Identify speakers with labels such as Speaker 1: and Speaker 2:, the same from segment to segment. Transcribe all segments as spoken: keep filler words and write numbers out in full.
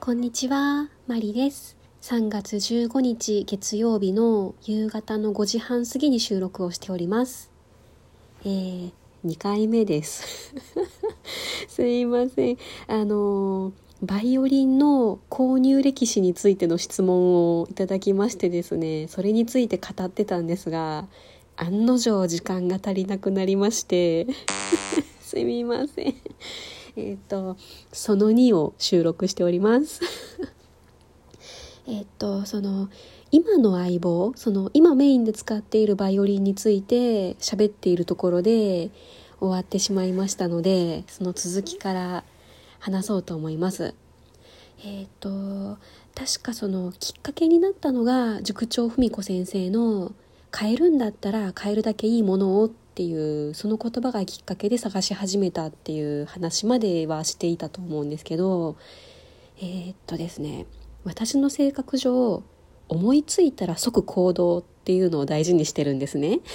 Speaker 1: こんにちは、マリです。さんがつじゅうごにち月曜日の夕方のごじはん過ぎに収録をしております。えー、にかいめですすいません。あのバイオリンの購入歴史についての質問をいただきましてですね、それについて語ってたんですが、案の定時間が足りなくなりましてすみません。えっとそのにを収録しておりますえっとその今の相棒、その今メインで使っているバイオリンについて喋っているところで終わってしまいましたので、その続きから話そうと思います。えっと確かそのきっかけになったのが塾長文子先生の買えるんだったら買えるだけいいものをっていうその言葉がきっかけで探し始めたっていう話まではしていたと思うんですけど、えー、っとですね私の性格上思いついたら即行動っていうのを大事にしてるんですね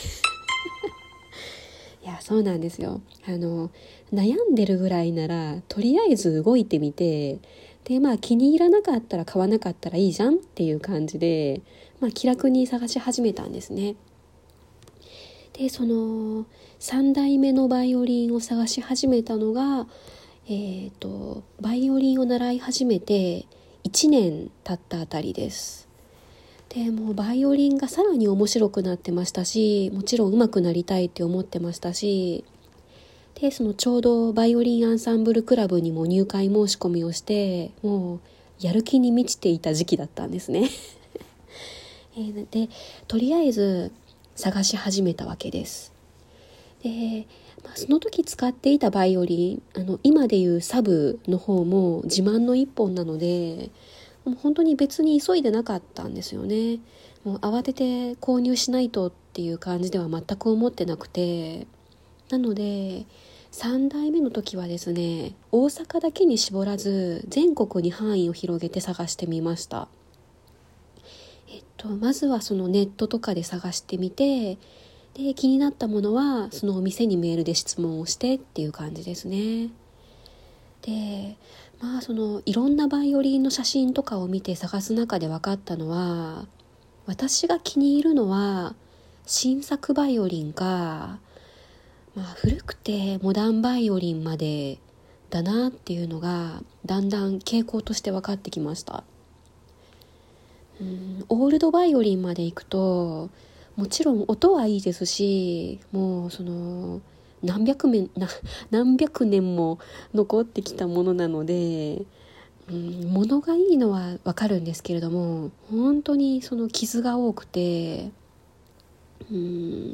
Speaker 1: いやそうなんですよ。あの悩んでるぐらいならとりあえず動いてみて、でまあ気に入らなかったら買わなかったらいいじゃんっていう感じで、まあ、気楽に探し始めたんですね。でそのさんだいめのバイオリンを探し始めたのが、えーと、バイオリンを習い始めていちねん経ったあたりです。でもうバイオリンがさらに面白くなってましたし、もちろん上手くなりたいって思ってましたし、でそのちょうどバイオリンアンサンブルクラブにも入会申し込みをして、もうやる気に満ちていた時期だったんですねでとりあえず探し始めたわけです。で、まあ、その時使っていたバイオリン、あの今でいうサブの方も自慢の一本なので、もう本当に別に急いでなかったんですよね。もう慌てて購入しないとっていう感じでは全く思ってなくて、なのでさんだいめの時はですね、大阪だけに絞らず全国に範囲を広げて探してみました。えっと、まずはそのネットとかで探してみて、で気になったものはそのお店にメールで質問をしてっていう感じですね。でまあそのいろんなバイオリンの写真とかを見て探す中で分かったのは、私が気に入るのは新作バイオリンか、まあ、古くてモダンバイオリンまでだなっていうのがだんだん傾向として分かってきました。うん、オールドバイオリンまで行くともちろん音はいいですし、もうその何百年な何百年も残ってきたものなので、うん、物がいいのはわかるんですけれども、本当にその傷が多くて、うん、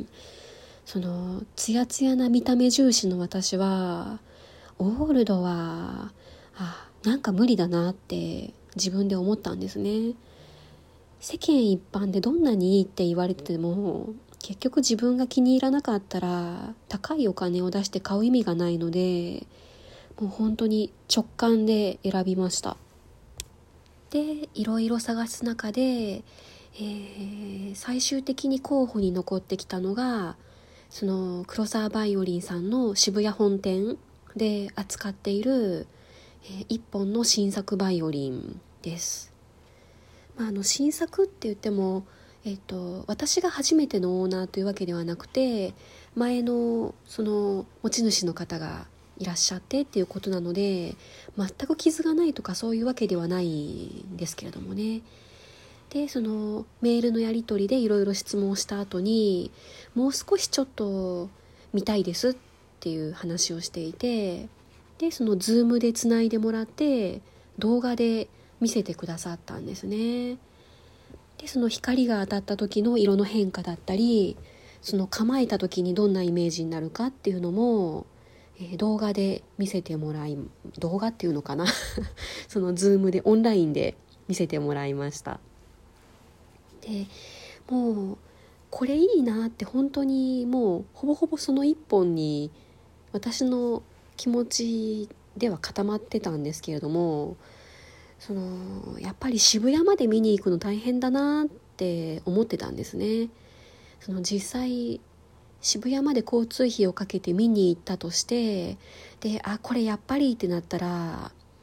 Speaker 1: そのツヤツヤな見た目重視の私はオールドはあなんか無理だなって自分で思ったんですね。世間一般でどんなにいいって言われてても、結局自分が気に入らなかったら高いお金を出して買う意味がないので、もう本当に直感で選びました。でいろいろ探す中で、えー、最終的に候補に残ってきたのがその黒沢バイオリンさんの渋谷本店で扱っている、えー、一本の新作バイオリンです。まあ、あの新作って言っても、えっと、私が初めてのオーナーというわけではなくて、前のその持ち主の方がいらっしゃってっていうことなので、全く傷がないとかそういうわけではないんですけれどもね。でそのメールのやり取りでいろいろ質問した後に、もう少しちょっと見たいですっていう話をしていて、でそのズームでつないでもらって動画で見せてくださったんですね。でその光が当たった時の色の変化だったり、その構えた時にどんなイメージになるかっていうのも、えー、動画で見せてもらい、動画っていうのかなそのズームでオンラインで見せてもらいました。でもうこれいいなって本当にもうほぼほぼその一本に私の気持ちでは固まってたんですけれども、そのやっぱり渋谷まで見に行くの大変だなって思ってたんですね。その実際渋谷まで交通費をかけて見に行ったとして、であこれやっぱりってなったら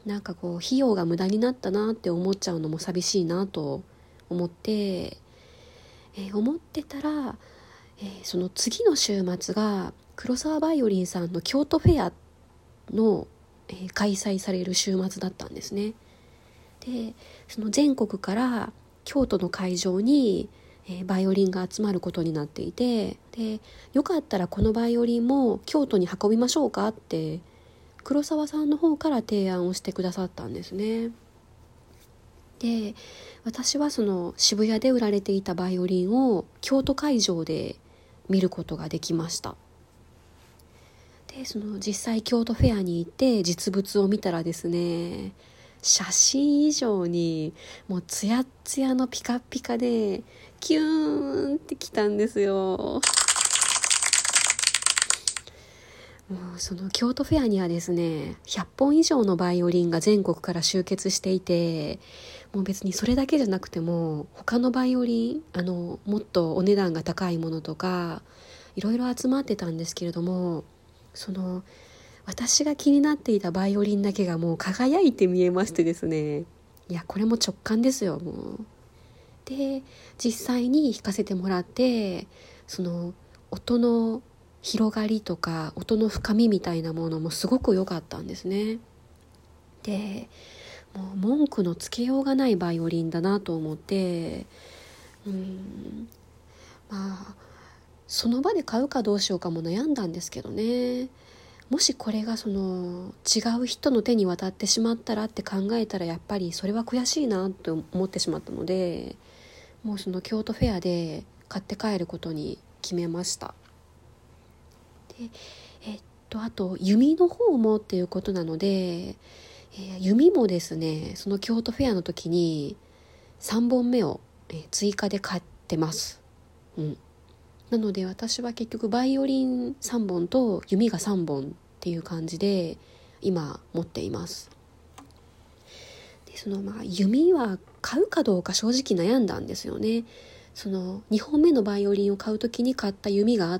Speaker 1: なんかこう費用が無駄になったなって思っちゃうのも寂しいなと思って、えー思ってたら、えーその次の週末が黒沢バイオリンさんの京都フェアの、えー開催される週末だったんですね。でその全国から京都の会場に、えーバイオリンが集まることになっていて、でよかったらこのバイオリンも京都に運びましょうかって黒沢さんの方から提案をしてくださったんですね。で私はその渋谷で売られていたバイオリンを京都会場で見ることができました。でその実際京都フェアに行って実物を見たらですね、写真以上にもうツヤッツヤのピカピカでキューンってきたんですよ。もうその京都フェアにはですねひゃっぽん以上のバイオリンが全国から集結していて、もう別にそれだけじゃなくても他のバイオリン、あのもっとお値段が高いものとかいろいろ集まってたんですけれども、その私が気になっていたバイオリンだけがもう輝いて見えましてですね、いやこれも直感ですよ。もうで実際に弾かせてもらって、その音の広がりとか音の深みみたいなものもすごく良かったんですね。でもう文句のつけようがないバイオリンだなと思って、うーんまあその場で買うかどうしようかも悩んだんですけどね、もしこれがその違う人の手に渡ってしまったらって考えたら、やっぱりそれは悔しいなと思ってしまったので、もうその京都フェアで買って帰ることに決めました。でえっとあと弓の方もっていうことなので、えー弓もですねその京都フェアの時にさんぼんめを、えー追加で買ってます。うん、なので私は結局バイオリンさんぼんと弓がさんぼんっていう感じで今持っています。でそのまあ弓は買うかどうか正直悩んだんですよね。そのにほんめのバイオリンを買う時に買った弓があって、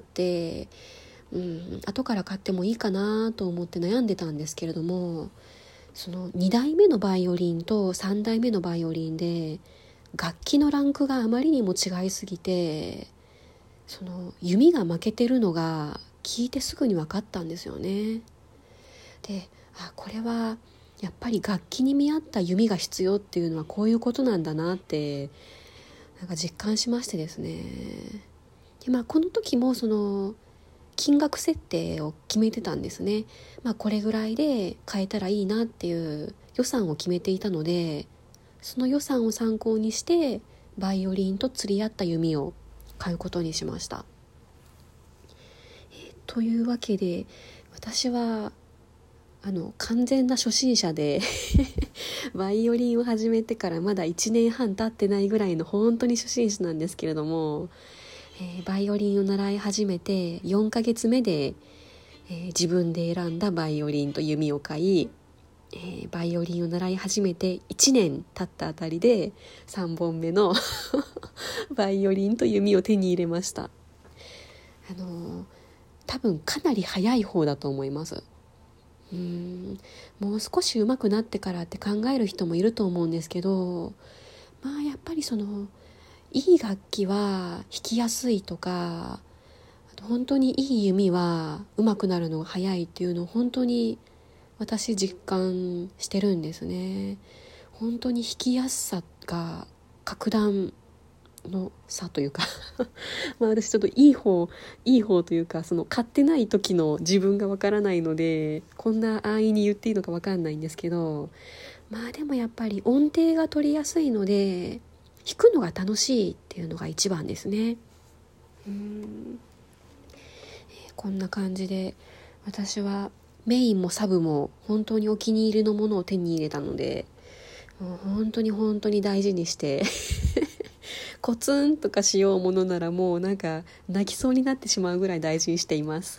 Speaker 1: うん、後から買ってもいいかなと思って悩んでたんですけれども、そのにだいめのバイオリンとさんだいめのバイオリンで楽器のランクがあまりにも違いすぎて、その弓が負けてるのが聞いてすぐに分かったんですよね。で、あ、これはやっぱり楽器に見合った弓が必要っていうのはこういうことなんだなってなんか実感しましてですね。で、まあ、この時もその金額設定を決めてたんですね。まあ、これぐらいで買えたらいいなっていう予算を決めていたので、その予算を参考にしてバイオリンと釣り合った弓を買うことにしました。えーというわけで私はあの完全な初心者でバイオリンを始めてからまだいちねんはん経ってないぐらいの本当に初心者なんですけれども、えーバイオリンを習い始めてよんかげつめで、えー自分で選んだバイオリンと弓を買い、えーバイオリンを習い始めていちねん経ったあたりでさんぼんめのバイオリンと弓を手に入れました。あのー多分かなり早い方だと思います。うーんもう少し上手くなってからって考える人もいると思うんですけど、まあやっぱりそのいい楽器は弾きやすいとか、あと本当にいい弓は上手くなるのが早いっていうのを本当に私実感してるんですね。本当に弾きやすさが格段の差というかまあ私ちょっといい方いい方というか、その買ってない時の自分がわからないのでこんな安易に言っていいのかわかんないんですけど、まあでもやっぱり音程が取りやすいので弾くのが楽しいっていうのが一番ですね。うーん、えーこんな感じで私はメインもサブも本当にお気に入りのものを手に入れたので、もう本当に本当に大事にしてコツンとかしようものならもうなんか泣きそうになってしまうぐらい大事にしています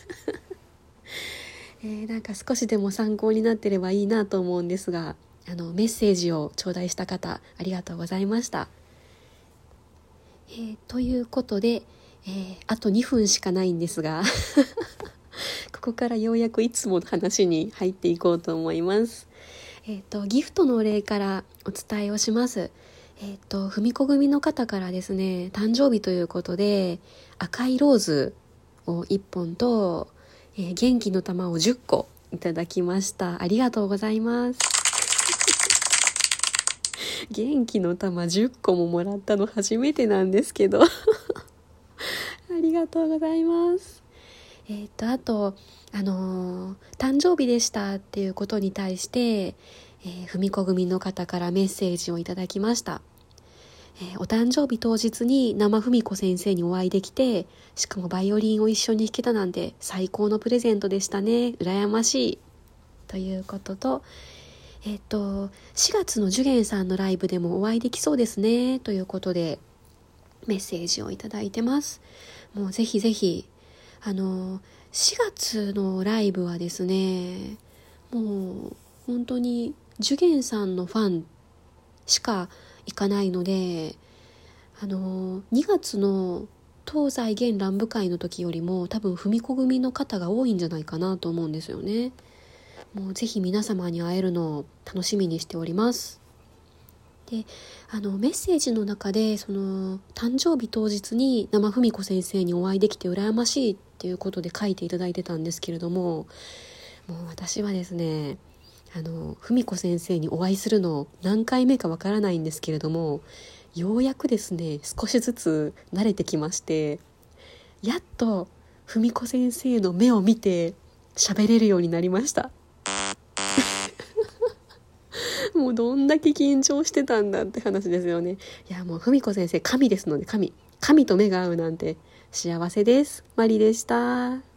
Speaker 1: えー、なんか少しでも参考になってればいいなと思うんですが、あのメッセージを頂戴した方ありがとうございました。えー、ということで、えー、あとにふんしかないんですがここからようやくいつもの話に入っていこうと思います。 えっと、ギフトのお礼からお伝えをします。えっと、ふみこ組の方からですね、誕生日ということで、赤いローズをいっぽんと、えー、元気の玉をじゅっこいただきました。ありがとうございます。元気の玉じゅっこももらったの初めてなんですけど。ありがとうございます。えっと、あと、あのー、誕生日でしたっていうことに対して、えー、ふみこ組の方からメッセージをいただきました。えー、お誕生日当日に生ふみこ先生にお会いできて、しかもバイオリンを一緒に弾けたなんて最高のプレゼントでしたね。羨ましい。ということと、えっと、しがつのジュゲンさんのライブでもお会いできそうですね。ということで、メッセージをいただいてます。もうぜひぜひ、あの、しがつのライブはですね、もう本当にジュゲンさんのファンしか行かないので、あのにがつの東西現乱舞会の時よりも多分文子組の方が多いんじゃないかなと思うんですよね。もうぜひ皆様に会えるのを楽しみにしております。で、あのメッセージの中でその誕生日当日に生文子先生にお会いできて羨ましいっていうことで書いていただいてたんですけれども、もう私はですね、あの文子先生にお会いするの何回目かわからないんですけれども、ようやくですね少しずつ慣れてきまして、やっと文子先生の目を見て喋れるようになりました。もうどんだけ緊張してたんだって話ですよね。いやもう文子先生神ですので、神神と目が合うなんて幸せです。マリでした。